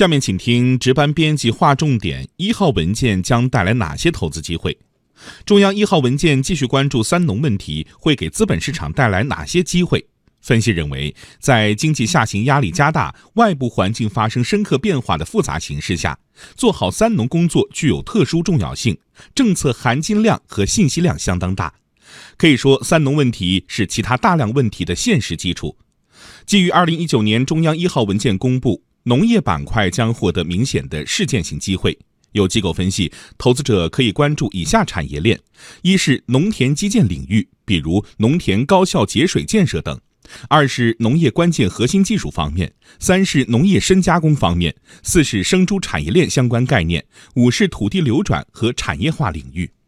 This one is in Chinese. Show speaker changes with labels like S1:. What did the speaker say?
S1: 下面请听值班编辑划重点：1号文件将带来哪些投资机会？中央1号文件继续关注三农问题会给资本市场带来哪些机会？分析认为，在经济下行压力加大、外部环境发生深刻变化的复杂形势下，做好三农工作具有特殊重要性，政策含金量和信息量相当大。可以说，三农问题是其他大量问题的现实基础。基于2019年中央1号文件公布，农业板块将获得明显的事件性机会。有机构分析，投资者可以关注以下产业链：一是农田基建领域，比如农田高效节水建设等；二是农业关键核心技术方面；三是农业深加工方面；四是生猪产业链相关概念；五是土地流转和产业化领域。